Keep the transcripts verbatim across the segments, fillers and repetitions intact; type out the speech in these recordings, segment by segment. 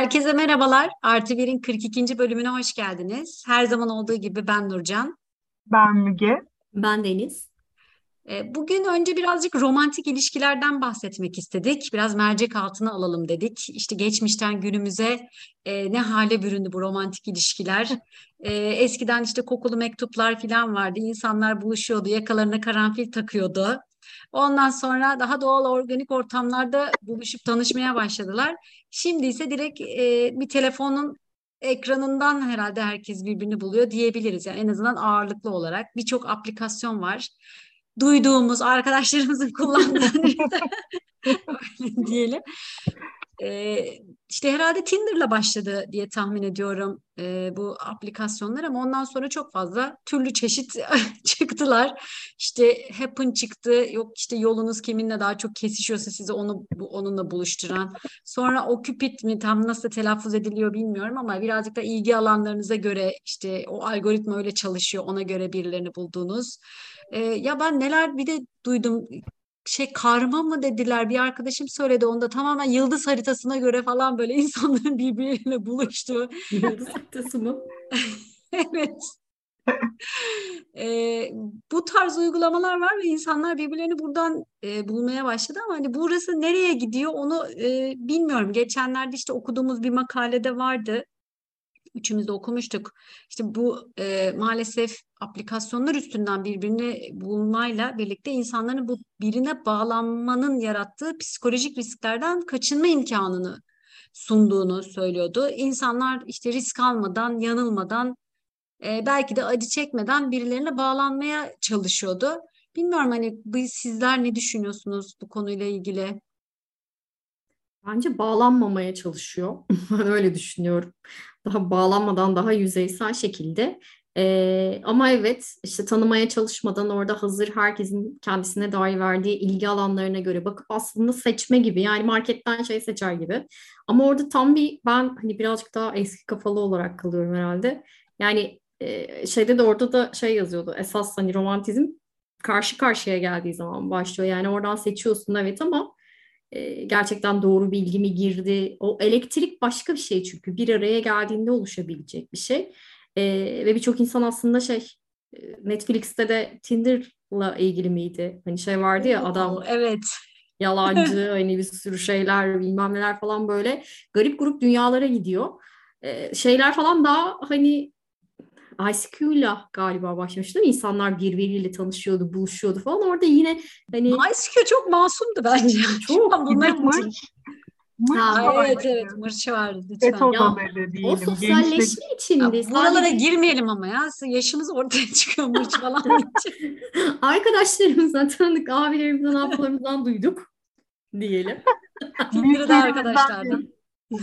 Herkese merhabalar. Artı Bir'in kırk ikinci bölümüne hoş geldiniz. Her zaman olduğu gibi ben Nurcan. Ben Müge. Ben Deniz. Ee, Bugün önce birazcık romantik ilişkilerden bahsetmek istedik. Biraz mercek altına alalım dedik. İşte geçmişten günümüze e, ne hale büründü bu romantik ilişkiler. E, eskiden işte kokulu mektuplar falan vardı. İnsanlar buluşuyordu, yakalarına karanfil takıyordu. Ondan sonra daha doğal organik ortamlarda buluşup tanışmaya başladılar. Şimdi ise direkt e, bir telefonun ekranından herhalde herkes birbirini buluyor diyebiliriz. Yani en azından ağırlıklı olarak birçok aplikasyon var. Duyduğumuz, arkadaşlarımızın kullandığı diyelim. Ee, işte herhalde Tinder'la başladı diye tahmin ediyorum e, bu aplikasyonlar ama ondan sonra çok fazla türlü çeşit çıktılar. İşte Happen çıktı, yok işte yolunuz kiminle daha çok kesişiyorsa sizi onu bu, onunla buluşturan. Sonra Ocupid mi tam nasıl telaffuz ediliyor bilmiyorum ama birazcık da ilgi alanlarınıza göre işte o algoritma öyle çalışıyor, ona göre birilerini bulduğunuz. Ee, ya ben neler bir de duydum, şey karma mı dediler, bir arkadaşım söyledi, onda tamamen yıldız haritasına göre falan böyle insanların birbiriyle buluştuğu. Yıldız haritası mı? Evet. Ee, Bu tarz uygulamalar var ve insanlar birbirlerini buradan e, bulmaya başladı ama hani burası nereye gidiyor onu e, bilmiyorum. Geçenlerde işte okuduğumuz bir makalede vardı. Üçümüz de okumuştuk. İşte bu e, maalesef aplikasyonlar üstünden birbirini bulmayla birlikte insanların bu birine bağlanmanın yarattığı psikolojik risklerden kaçınma imkanını sunduğunu söylüyordu. İnsanlar işte risk almadan, yanılmadan, e, belki de acı çekmeden birilerine bağlanmaya çalışıyordu. Bilmiyorum, hani bu, sizler ne düşünüyorsunuz bu konuyla ilgili? Bence bağlanmamaya çalışıyor. Ben öyle düşünüyorum. Daha bağlanmadan daha yüzeysel şekilde. Ee, ama evet işte tanımaya çalışmadan orada hazır herkesin kendisine dair verdiği ilgi alanlarına göre bakıp aslında seçme gibi, yani marketten şey seçer gibi. Ama orada tam bir ben hani birazcık daha eski kafalı olarak kalıyorum herhalde. Yani e, şeyde de orada da şey yazıyordu, esas hani romantizm karşı karşıya geldiği zaman başlıyor. Yani oradan seçiyorsun evet ama e, gerçekten doğru bilgi mi girdi? O elektrik başka bir şey, çünkü bir araya geldiğinde oluşabilecek bir şey. E, Ve birçok insan aslında şey, e, Netflix'te de Tinder'la ilgili miydi? Hani şey vardı ya, Oo, adam evet. yalancı, hani bir sürü şeyler bilmem neler falan, böyle garip grup dünyalara gidiyor. E, şeyler falan daha hani I C Q'la galiba başlamıştı. İnsanlar birbiriyle tanışıyordu, buluşuyordu falan. Orada yine hani Nice çok masumdu bence. Şu an çok. Bir de bunların için. mırç, mırç Ay, Ha, evet evet, vardı. mırç vardı Et lütfen. ya odaları o diyelim. Gençlik. sosyalleşme Ya içindi. buralara Sadece girmeyelim ama ya. Yaşımız ortaya çıkıyor mırç falan deyince. arkadaşlarımızdan, tanıdık abilerimizden, ablalarımızdan duyduk diyelim. Tinder'ı da Büyüklerimizden değil. arkadaşlardan.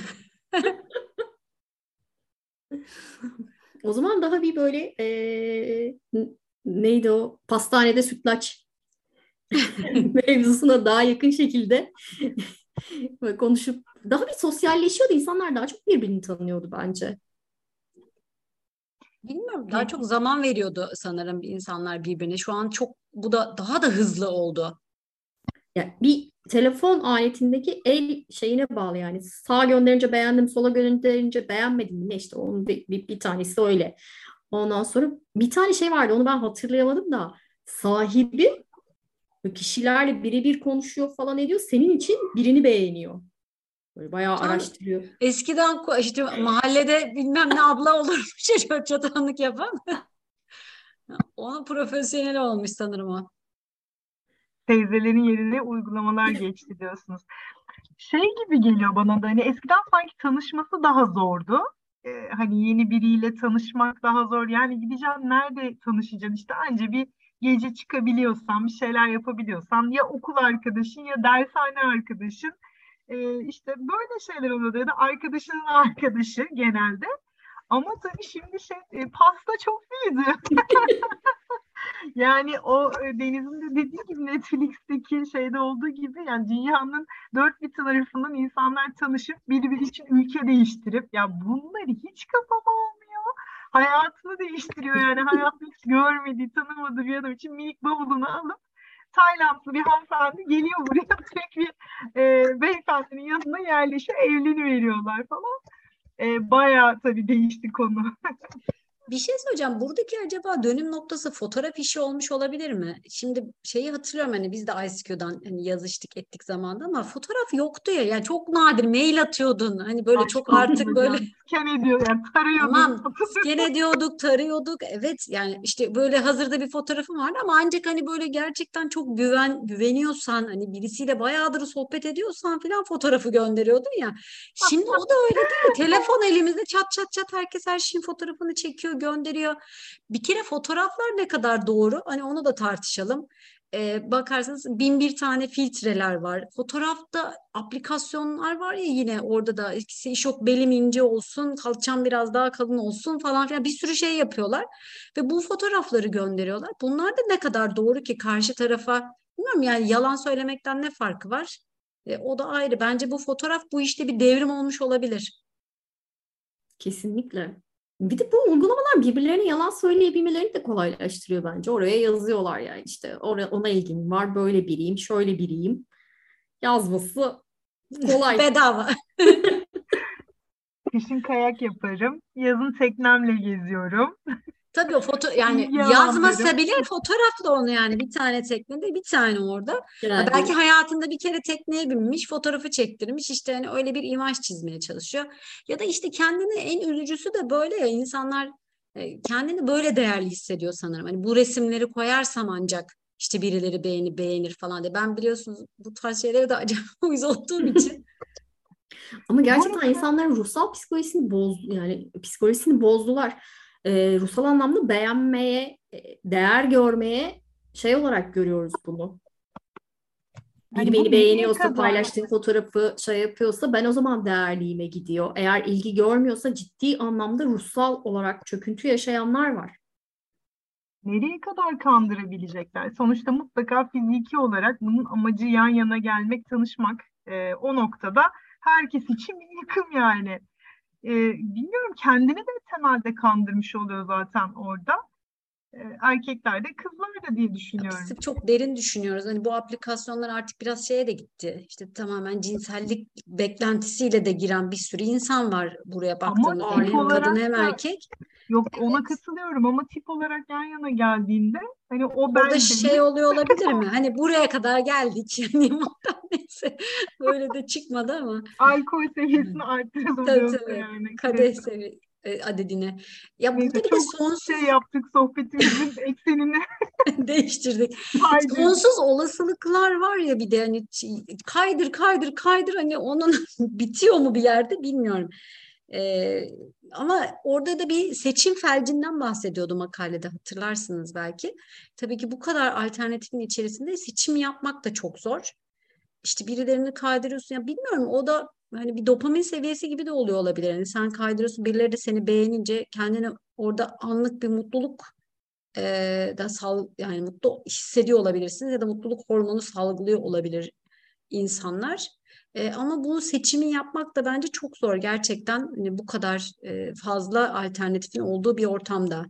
O zaman daha bir böyle eee, n- neydi o? Pastanede sütlaç mevzusuna daha yakın şekilde böyle konuşup daha bir sosyalleşiyordu. İnsanlar daha çok birbirini tanıyordu bence. Bilmiyorum, daha Ki- çok zaman veriyordu sanırım insanlar birbirine. Şu an çok bu da daha da hızlı oldu. Ya bir telefon aletindeki el şeyine bağlı yani. Sağa gönderince beğendim, sola gönderince beğenmedim. Ne işte onun bir, bir, bir tanesi öyle. Ondan sonra bir tane şey vardı, onu ben hatırlayamadım da, sahibi kişilerle birebir konuşuyor falan ediyor. Senin için birini beğeniyor. Böyle bayağı Can araştırıyor. eskiden ko- işte mahallede bilmem ne abla olurmuş ya, çatanlık yapan. Onun profesyonel olmuş sanırım o. Teyzelerin yerine uygulamalar geçti diyorsunuz. Şey gibi geliyor bana da hani eskiden sanki tanışması daha zordu. Ee, hani yeni biriyle tanışmak daha zor. Yani gideceğim nerede tanışacaksın işte anca bir gece çıkabiliyorsan bir şeyler yapabiliyorsan ya okul arkadaşın ya dershane arkadaşın. Ee, işte böyle şeyler oluyordu ya da arkadaşının arkadaşı genelde. Ama tabii şimdi şey e, pasta çok büyüdü. Yani o e, Deniz'in de dediği gibi Netflix'teki şeyde olduğu gibi yani dünyanın dört bir tarafından insanlar tanışıp birbiri için ülke değiştirip ya bunları hiç kafam almıyor. Hayatını değiştiriyor yani hayatını hiç görmediği, tanımadığı bir adam için minik bavulunu alıp Taylandlı bir hanımefendi geliyor buraya Türk bir e, beyefendinin yanına yerleşiyor, evleniveriyorlar falan. e, bayağı tabii değişti konu. Bir şey söyleyeceğim. Buradaki acaba dönüm noktası fotoğraf işi olmuş olabilir mi? Şimdi şeyi hatırlıyorum, hani biz de I C Q'dan hani yazıştık ettik zamanda ama fotoğraf yoktu ya. Yani çok nadir mail atıyordun. Hani böyle Aşk çok olsun artık böyle hocam. Scan ediyor yani tarıyordun. tamam, scan ediyorduk, tarıyorduk. Evet, yani işte böyle hazırda bir fotoğrafım vardı ama ancak hani böyle gerçekten çok güven güveniyorsan, hani birisiyle bayağıdır sohbet ediyorsan falan fotoğrafı gönderiyordun ya. Şimdi o da öyle değil. Telefon elimizde, çat çat çat herkes her şeyin fotoğrafını çekiyor, gönderiyor. Bir kere fotoğraflar ne kadar doğru? Hani onu da tartışalım. Ee, bakarsanız bin bir tane filtreler var. Fotoğrafta aplikasyonlar var ya, yine orada da ikisi yok, belim ince olsun, kalçam biraz daha kalın olsun falan filan, bir sürü şey yapıyorlar ve bu fotoğrafları gönderiyorlar. Bunlar da ne kadar doğru ki karşı tarafa, bilmiyorum yani, yalan söylemekten ne farkı var? E, o da ayrı. Bence bu fotoğraf bu işte bir devrim olmuş olabilir. Kesinlikle. Bir de bu uygulamalar birbirlerine yalan söyleyebilmelerini de kolaylaştırıyor bence. Oraya yazıyorlar yani, işte oraya, ona ilgim var, böyle biriyim, şöyle biriyim. Yazması kolay. Bedava. Kışın kayak yaparım. Yazın teknemle geziyorum. Tabii o foto, yani İlgi yazmasa alanlarım. bile fotoğrafla onu, yani bir tane teknede bir tane orada. Ha, belki Yani hayatında bir kere tekneye binmiş, fotoğrafı çektirmiş, işte hani öyle bir imaj çizmeye çalışıyor. Ya da işte kendini, en üzücüsü de böyle ya, insanlar e, kendini böyle değerli hissediyor sanırım. Hani bu resimleri koyarsam ancak işte birileri beğeni beğenir falan diye. Ben biliyorsunuz bu tarz şeylere de acayip uyuz olduğum için. ama Bu gerçekten arada insanların ruhsal psikolojisini boz, yani psikolojisini bozdular. Ee, ruhsal anlamda beğenmeye, e, değer görmeye şey olarak görüyoruz bunu. Biri hani bu beni nereye beğeniyorsa, kadar? paylaştığım fotoğrafı şey yapıyorsa, ben o zaman değerliğime gidiyor. Eğer ilgi görmüyorsa ciddi anlamda ruhsal olarak çöküntü yaşayanlar var. Nereye kadar kandırabilecekler? Sonuçta mutlaka fiziki olarak bunun amacı yan yana gelmek, tanışmak. Ee, o noktada herkes için bir yıkım yani. Ee, bilmiyorum, kendini de temelde kandırmış oluyor zaten orada. Ee, erkekler de kızlar da diye Ya biz düşünüyorum. çok derin düşünüyoruz. Hani bu aplikasyonlar artık biraz şeye de gitti. İşte tamamen cinsellik beklentisiyle de giren bir sürü insan var buraya Ama baktığımızda. Yani tip hem kadın Aynen. olarak hem da erkek. yok, ona Evet. katılıyorum ama tip olarak yan yana geldiğinde hani o Orada ben şey değilim. oluyor olabilir mi? Hani buraya kadar geldik. Yani neyse. Böyle de çıkmadı ama. Alkol Evet. seviyesini arttıralım Tabii diyorsun tabii. yani. Kadeh sevi e, adedine. Ya Neyse, burada bir de çok şey sonsuz yaptık, sohbetimizin eksenini değiştirdik. kaydırdık. Sonsuz olasılıklar var ya, bir de hani ç- kaydır kaydır kaydır, hani onun bitiyor mu bir yerde bilmiyorum. Ee, ama orada da bir seçim felcinden bahsediyordu makalede, hatırlarsınız belki. Tabii ki bu kadar alternatifin içerisinde seçim yapmak da çok zor. İşte birilerini kaydırıyorsun ya, bilmiyorum, o da hani bir dopamin seviyesi gibi de oluyor olabilir. Yani sen kaydırıyorsun, birileri de seni beğenince kendini orada anlık bir mutluluk e, da sal, yani mutlu hissediyor olabilirsiniz ya da mutluluk hormonu salgılıyor olabilir insanlar. E, ama bu seçimi yapmak da bence çok zor gerçekten, hani bu kadar e, fazla alternatifin olduğu bir ortamda.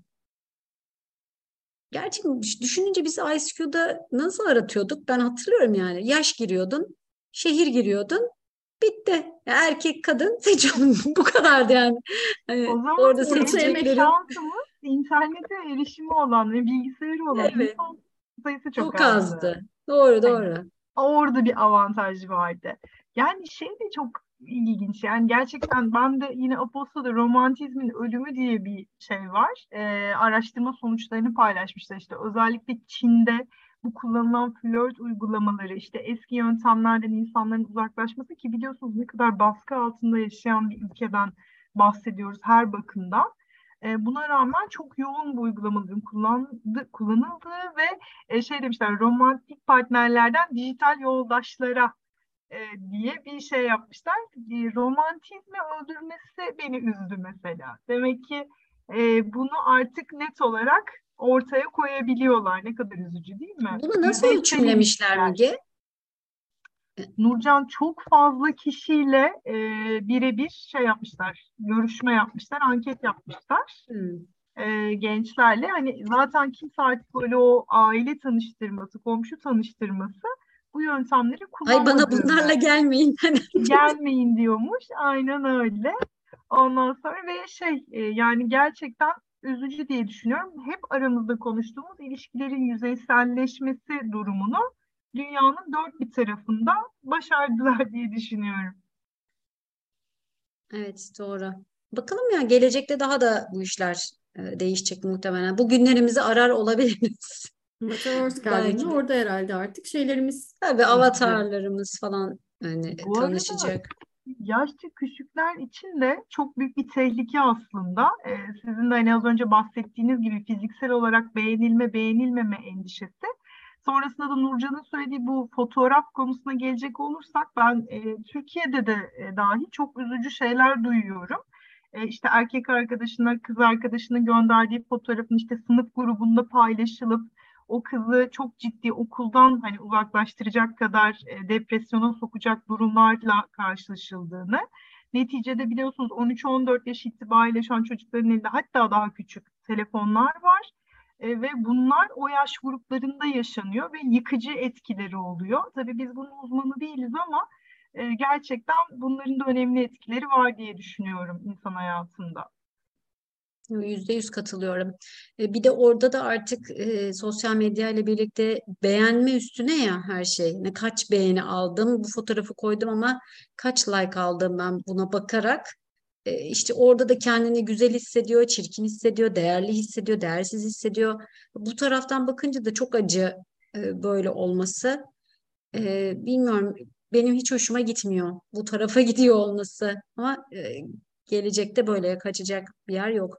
Gerçi düşününce biz I C Q'da nasıl aratıyorduk? Ben hatırlıyorum yani. Yaş giriyordun, şehir giriyordun, bitti. Ya erkek, kadın seçiyordun. Bu kadardı yani. O Hani zaman orada bizim tek seçeceklerin, şansımız internete erişimi olan ve bilgisayarı olan evet, insan sayısı çok çok azdı. azdı. Doğru Hani doğru. orada bir avantaj vardı. Yani şey de çok ilginç. Yani gerçekten ben de yine Aposta'da romantizmin ölümü diye bir şey var. Ee, araştırma sonuçlarını paylaşmışlar. İşte özellikle Çin'de bu kullanılan flört uygulamaları, işte eski yöntemlerden insanların uzaklaşması, ki biliyorsunuz ne kadar baskı altında yaşayan bir ülkeden bahsediyoruz her bakımdan. Ee, buna rağmen çok yoğun bu uygulamaların kullandı, kullanıldığı ve e, şey demişler, romantik partnerlerden dijital yoldaşlara e, diye bir şey yapmışlar. E, romantizmi öldürmesi beni üzdü mesela. Demek ki e, bunu artık net olarak ortaya koyabiliyorlar. Ne kadar üzücü değil mi? Bunu nasıl Yüzeysel ölçümlemişler ilişkiler. Müge? Nurcan, çok fazla kişiyle e, birebir şey yapmışlar, görüşme yapmışlar, anket yapmışlar Hmm. e, gençlerle. Hani zaten kimse artık böyle o aile tanıştırması, komşu tanıştırması, bu yöntemleri Ay bana kullanmadığını, bunlarla gelmeyin. gelmeyin diyormuş. Aynen öyle. Ondan sonra ve şey e, yani gerçekten üzücü diye düşünüyorum. Hep aramızda konuştuğumuz ilişkilerin yüzeyselleşmesi durumunu dünyanın dört bir tarafında başardılar diye düşünüyorum. Evet, doğru. Bakalım ya, gelecekte daha da bu işler e, değişecek muhtemelen. Bu günlerimizi arar olabiliriz. Metaverse geldiğinde Belki de. orada herhalde artık şeylerimiz Tabii değişecek. avatarlarımız falan hani Bu arada tanışacak. yaşça küçükler için de çok büyük bir tehlike aslında. Ee, sizin de hani az önce bahsettiğiniz gibi fiziksel olarak beğenilme, beğenilmeme endişesi. Sonrasında da Nurcan'ın söylediği bu fotoğraf konusuna gelecek olursak ben e, Türkiye'de de e, dahi çok üzücü şeyler duyuyorum. E, işte erkek arkadaşına, kız arkadaşına gönderdiği fotoğrafın işte sınıf grubunda paylaşılıp o kızı çok ciddi okuldan hani uzaklaştıracak kadar e, depresyona sokacak durumlarla karşılaşıldığını. Neticede biliyorsunuz on üç on dört yaş itibariyle şu an çocukların elinde hatta daha küçük telefonlar var. E, ve bunlar o yaş gruplarında yaşanıyor ve yıkıcı etkileri oluyor. Tabii biz bunun uzmanı değiliz ama e, gerçekten bunların da önemli etkileri var diye düşünüyorum insan hayatında. Yüzde yüz katılıyorum. E, Bir de orada da artık e, sosyal medya ile birlikte beğenme üstüne ya her şey. Ne kaç beğeni aldım, bu fotoğrafı koydum ama kaç like aldım ben buna bakarak. E, işte orada da kendini güzel hissediyor, çirkin hissediyor, değerli hissediyor, değersiz hissediyor. Bu taraftan bakınca da çok acı e, böyle olması. E, bilmiyorum, benim hiç hoşuma gitmiyor bu tarafa gidiyor olması. Ama e, gelecekte böyle kaçacak bir yer yok.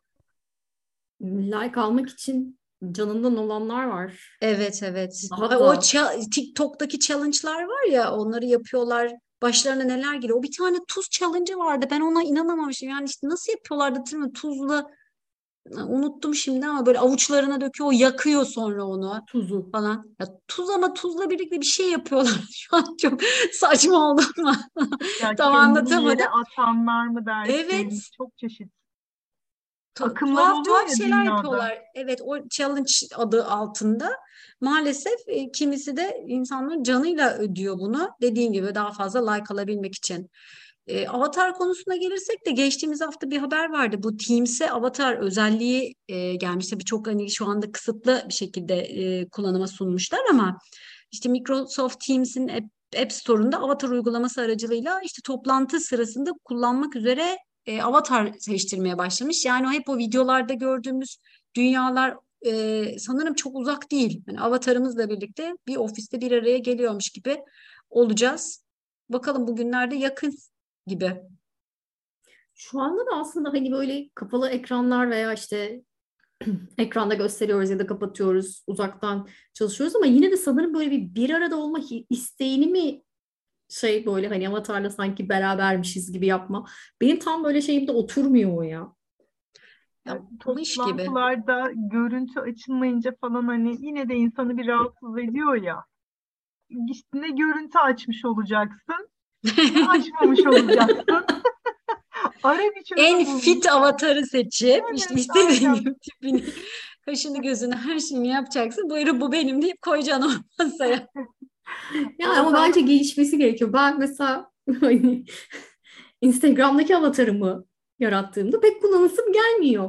Like almak için canından olanlar var. Evet, evet. Ay, Daha o da ça- TikTok'taki challenge'lar var ya, onları yapıyorlar. Başlarına neler geliyor. O bir tane tuz challenge'ı vardı. Ben ona inanamamıştım. Yani işte nasıl yapıyorlardı değil mi? Tuzla unuttum şimdi ama böyle avuçlarına döküyor, o yakıyor sonra onu tuzu. falan. Ya tuz, ama tuzla birlikte bir şey yapıyorlar. Şu an çok saçma oldu ama Ya tam kendini anlatamadım. yere atanlar mı dersin? Evet. Çok çeşit tu- akımlar tuhaf oluyor tuhaf ya şeyler dünyada. yapıyorlar. Evet, o challenge adı altında. Maalesef e, kimisi de insanların canıyla ödüyor bunu. Dediğin gibi daha fazla like alabilmek için. E, avatar konusuna gelirsek de geçtiğimiz hafta bir haber vardı. Bu Teams'e avatar özelliği e, gelmişti. Birçok hani şu anda kısıtlı bir şekilde e, kullanıma sunmuşlar ama işte Microsoft Teams'in App, App Store'unda avatar uygulaması aracılığıyla işte toplantı sırasında kullanmak üzere e, avatar seçtirmeye başlamış. Yani o hep o videolarda gördüğümüz dünyalar e, sanırım çok uzak değil. Yani avatarımızla birlikte bir ofiste bir araya geliyormuş gibi olacağız. Bakalım bugünlerde yakın gibi. Şu anda da aslında hani böyle kapalı ekranlar veya işte ekranda gösteriyoruz ya da kapatıyoruz, uzaktan çalışıyoruz ama yine de sanırım böyle bir bir arada olma hi- isteğini mi şey böyle hani avatarla sanki berabermişiz gibi yapma. Benim tam böyle şeyimde oturmuyor o ya. Yani Yapmış gibi. toplantılarda görüntü açılmayınca falan hani yine de insanı bir rahatsız ediyor ya. İşte ne görüntü açmış olacaksın, ne açmamış olacaksın. Ara bir En çözüm fit bulmuşlar. avatarı seçip işte Evet, istediğin aynen. gibi tipini, kaşını, gözünü, her şeyini yapacaksın. Buyurun bu benim deyip koyacaksın o masaya. Ya O ama bence zaman gelişmesi gerekiyor. Ben mesela hani Instagram'daki avatarımı yarattığımda pek kullanasım gelmiyor.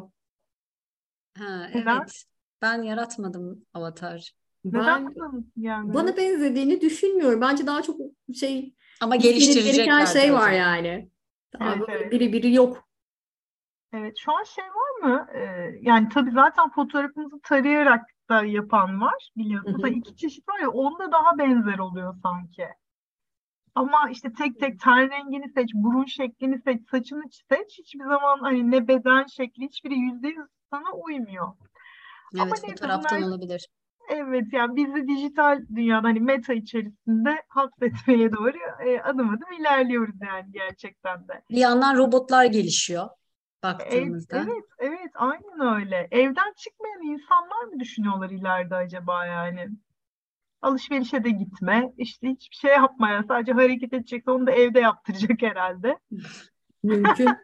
Ha, neden? evet. Ben yaratmadım avatar. Neden Ben kullanırsın gelmiyor? bana benzediğini düşünmüyorum. Bence daha çok şey Ama istenip gereken geliştirecekler şey var zaten. yani. Daha Evet, böyle evet. biri biri yok. Evet, şu an şey var mı? Ee, yani tabii zaten fotoğrafımızı tarayarak da yapan var Hı biliyorsunuz. hı. Hani iki çeşit var ya onda daha benzer oluyor sanki. Ama işte tek tek ten rengini seç, burun şeklini seç, saçını seç. Hiçbir zaman hani ne beden şekli hiçbiri yüzde yüz sana uymuyor. Ama Evet, neyse fotoğraftan bunlar olabilir. evet yani bizi dijital dünyada hani meta içerisinde hapsetmeye doğru e, adım adım ilerliyoruz yani gerçekten de. Bir yandan robotlar gelişiyor E, baktığımızda. evet, evet, aynen öyle. Evden çıkmayan insanlar mı düşünüyorlar ileride acaba yani? Alışverişe de gitme, işte hiçbir şey yapmayan, sadece hareket edecekse onu da evde yaptıracak herhalde. Mümkün.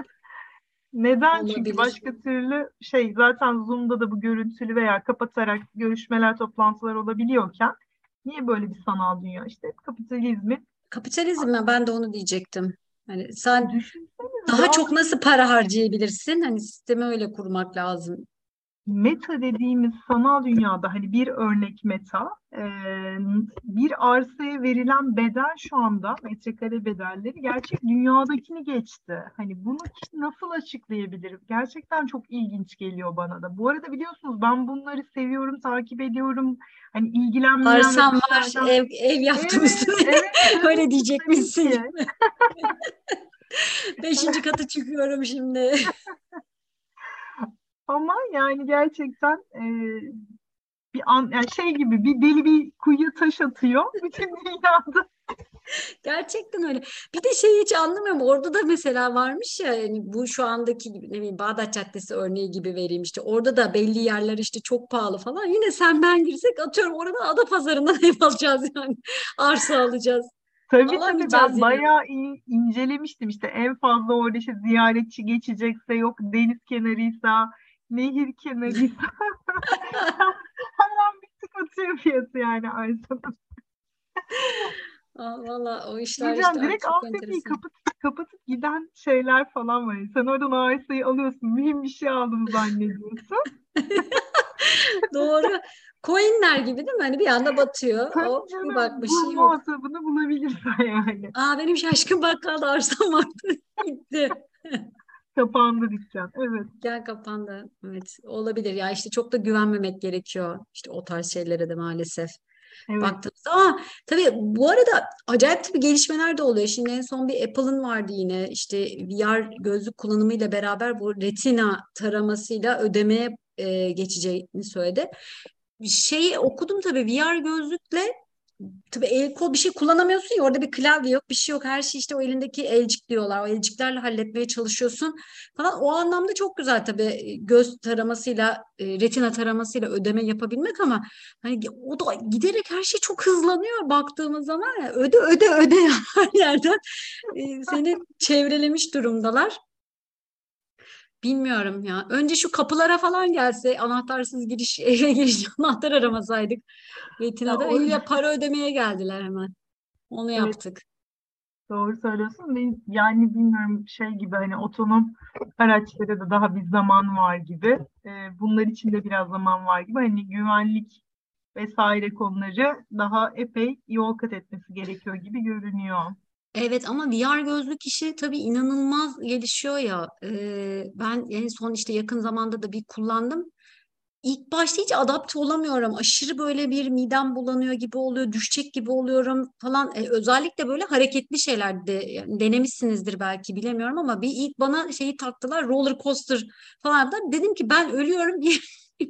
Neden? Çünkü Olabilir. başka türlü şey zaten Zoom'da da bu görüntülü veya kapatarak görüşmeler, toplantılar olabiliyorken niye böyle bir sanal dünya? İşte kapitalizmin Kapitalizm mi? Ben de onu diyecektim. Hani sen Düşünsenize daha daha çok nasıl para harcayabilirsin? Hani sistemi öyle kurmak lazım. Meta dediğimiz sanal dünyada hani bir örnek meta, e, bir arsaya verilen bedel şu anda metrekare bedelleri gerçek dünyadakini geçti. Hani bunu kim nasıl açıklayabilir? Gerçekten çok ilginç geliyor bana da. Bu arada biliyorsunuz ben bunları seviyorum, takip ediyorum. Hani ilgilenmeyen ve Arsan var, dışarıdan ev, ev evet, yaptırmışsın. evet, evet Öyle tabii diyecekmişsin. ki. Beşinci katı çıkıyorum şimdi. Ama yani gerçekten e, bir an, yani şey gibi bir deli bir kuyuya taş atıyor. Bütün dünyada. Gerçekten öyle. Bir de şeyi hiç anlamıyorum. Orada da mesela varmış ya yani bu şu andaki gibi ne bileyim Bağdat Caddesi örneği gibi vereyim işte. Orada da belli yerler işte çok pahalı falan. Yine sen ben girsek atıyorum oradan Adapazarı'ndan ev alacağız yani. Arsa alacağız. Tabii tabii Alamayacağız ben yani. bayağı in- incelemiştim işte en fazla orada işte ziyaretçi geçecekse yok deniz kenarıysa nehir kenarıysa hemen bir tık atıyor fiyatı yani arsanın. Aa, valla o işler Gülcan işte direkt çok altyapıyı enteresan. kapatıp kapatıp giden şeyler falan var. Sen oradan o arsayı alıyorsun mühim bir şey aldığını zannediyorsun. Doğru. Coinler gibi değil mi? Hani bir anda batıyor. Tabii Hop bir canım bakmışsın bul yok. muhatabını bulabilirsen yani. Aa benim şaşkın bakkalda arsam vardı. Gitti. Kapandı dükkan. Evet. Gel kapandı. Evet olabilir. Ya işte çok da güvenmemek gerekiyor. İşte o tarz şeylere de maalesef Evet. baktığımızda. Ama tabii bu arada acayip tabii gelişmeler de oluyor. Şimdi en son bir Apple'ın vardı yine işte V R gözlük kullanımıyla beraber bu retina taramasıyla ödemeye e, geçeceğini söyledi. Şeyi okudum tabii V R gözlükle tabii el kol bir şey kullanamıyorsun ya orada bir klavye yok bir şey yok her şey işte o elindeki elcik diyorlar o elciklerle halletmeye çalışıyorsun falan o anlamda çok güzel tabii göz taramasıyla e, retina taramasıyla ödeme yapabilmek ama hani o da giderek her şey çok hızlanıyor baktığımız zaman ya, öde öde öde ya, her yerden e, seni çevrelemiş durumdalar. Bilmiyorum ya. Önce şu kapılara falan gelse anahtarsız giriş eve giriş anahtar aramasaydık. Ya Retina'da o, iyi de para ödemeye geldiler hemen. Onu evet yaptık. doğru söylüyorsun. Ve yani bilmiyorum şey gibi hani otonom araçlara da daha bir zaman var gibi. Ee, bunlar için de biraz zaman var gibi. Hani güvenlik vesaire konuları daha epey yol kat etmesi gerekiyor gibi görünüyor. Evet ama V R gözlük işi tabii inanılmaz gelişiyor ya. Ee, ben en son işte yakın zamanda da bir kullandım. İlk başta hiç adapte olamıyorum. Aşırı böyle bir midem bulanıyor gibi oluyor, düşecek gibi oluyorum falan. E, özellikle böyle hareketli şeylerde yani denemişsinizdir belki bilemiyorum ama bir ilk bana şeyi taktılar roller coaster falan. Dedim ki ben ölüyorum diye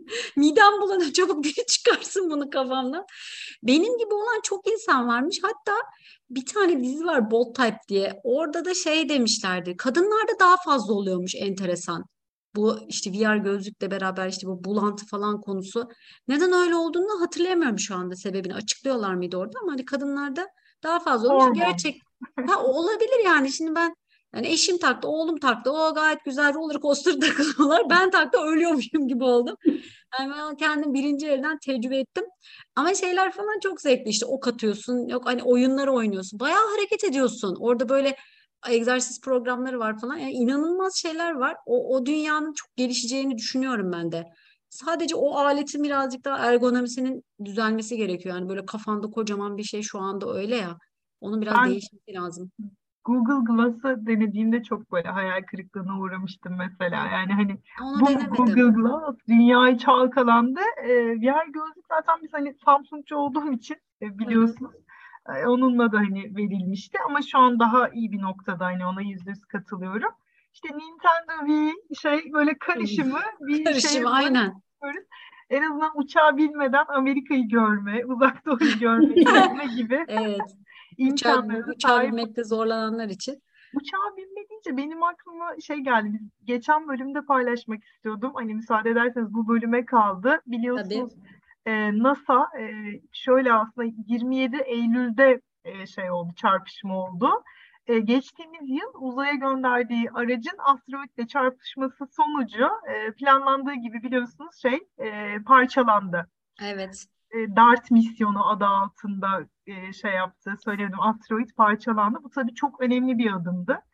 midem bulanıyor. Çabuk biri çıkarsın bunu kafamdan. Benim gibi olan çok insan varmış. Hatta bir tane dizi var Bold Type diye. Orada da şey demişlerdi. Kadınlarda daha fazla oluyormuş enteresan. Bu işte V R gözlükle beraber işte bu bulantı falan konusu. Neden öyle olduğunu hatırlayamıyorum şu anda sebebini. Açıklıyorlar mıydı orada ama hani kadınlarda daha fazla olmuş. Hormon. Gerçek ha, olabilir yani. Şimdi ben yani eşim taktı, oğlum taktı. O gayet güzel roller coaster takılıyorlar. Ben taktı ölüyormuşum gibi oldum. Yani ben kendim birinci elden tecrübe ettim. Ama şeyler falan çok zevkli. İşte ok atıyorsun. Yok hani oyunlar oynuyorsun. Bayağı hareket ediyorsun. Orada böyle egzersiz programları var falan. Yani inanılmaz şeyler var. O, o dünyanın çok gelişeceğini düşünüyorum ben de. Sadece o aletin birazcık daha ergonomisinin düzelmesi gerekiyor. Yani böyle kafanda kocaman bir şey şu anda öyle ya. Onun biraz Ben değişmesi lazım. Google Glass'ı denediğimde çok böyle hayal kırıklığına uğramıştım mesela. Yani hani Onu bu mu denemedim. Google Glass dünyayı çalkalandı. Ee, diğer gözlük zaten biz hani Samsung'cu olduğum için e, Hı hı. biliyorsunuz. E, onunla da hani verilmişti ama şu an daha iyi bir noktada hani ona yüzde yüz katılıyorum. İşte Nintendo Wii şey böyle Hı. karışımı bir şeye Karışım aynen. varıyoruz. En azından uçağa binmeden Amerika'yı görme, Uzak Doğu'yu görme, gezme gibi Evet. Uçağa, imkanlara uçağa sahip. binmekte zorlananlar için. Uçağa binme deyince benim aklıma şey geldi. Biz geçen bölümde paylaşmak istiyordum. Hani müsaade ederseniz bu bölüme kaldı. Tabii. Biliyorsunuz e, NASA e, şöyle aslında yirmi yedi Eylül'de e, şey oldu, çarpışma oldu. E, geçtiğimiz yıl uzaya gönderdiği aracın asteroitle çarpışması sonucu e, planlandığı gibi biliyorsunuz şey e, parçalandı. Evet. E, DART misyonu adı altında e, şey yaptı, söyledim, asteroid parçalandı. Bu tabii çok önemli bir adımdı.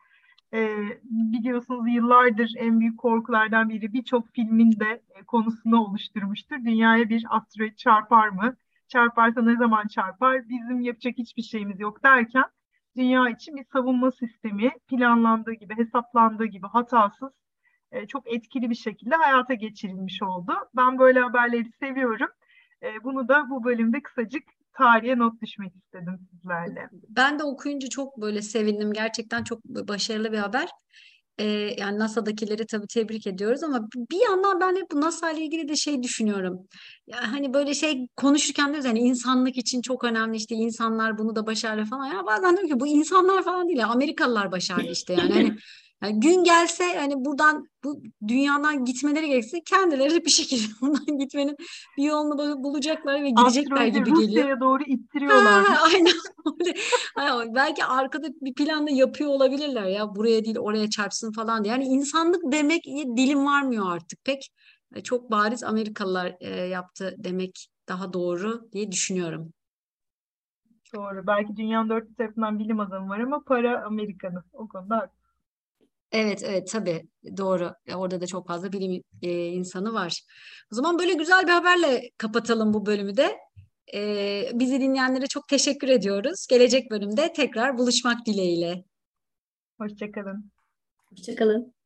E, Biliyorsunuz yıllardır en büyük korkulardan biri, birçok filmin de e, konusunu oluşturmuştur. Dünyaya bir asteroid çarpar mı? Çarparsa ne zaman çarpar? Bizim yapacak hiçbir şeyimiz yok derken dünya için bir savunma sistemi planlandığı gibi, hesaplandığı gibi hatasız, e, çok etkili bir şekilde hayata geçirilmiş oldu. Ben böyle haberleri seviyorum. E, bunu da bu bölümde kısacık tarihe not düşmek istedim sizlerle. Ben de okuyunca çok böyle sevindim. Gerçekten çok başarılı bir haber. Ee, yani NASA'dakileri tabii tebrik ediyoruz ama bir yandan ben hep bu NASA ile ilgili de şey düşünüyorum. Ya hani böyle şey konuşurken diyoruz hani insanlık için çok önemli, işte insanlar bunu da başardı falan. Ya bazen diyorum ki bu insanlar falan değil ya, Amerikalılar başardı işte yani. Hani yani gün gelse hani buradan, bu dünyadan gitmeleri gerekse kendileri bir şekilde buradan gitmenin bir yolunu bulacaklar ve gidecekler Asteroidi gibi geliyor. Rusya'ya doğru Ha, ittiriyorlarmış. aynen öyle. Ay, belki arkada bir planda yapıyor olabilirler ya, buraya değil oraya çarpsın falan diye. Yani insanlık demek dilim varmıyor artık pek. E, Çok bariz Amerikalılar e, yaptı demek daha doğru diye düşünüyorum. Doğru. Belki dünyanın dört bir tarafından bilim adamı var ama para Amerika'nın. O konuda haklısın. Evet, evet, tabii doğru. E, Orada da çok fazla bilim e, insanı var. O zaman böyle güzel bir haberle kapatalım bu bölümü de. E, bizi dinleyenlere çok teşekkür ediyoruz. Gelecek bölümde tekrar buluşmak dileğiyle. Hoşça kalın. Hoşçakalın.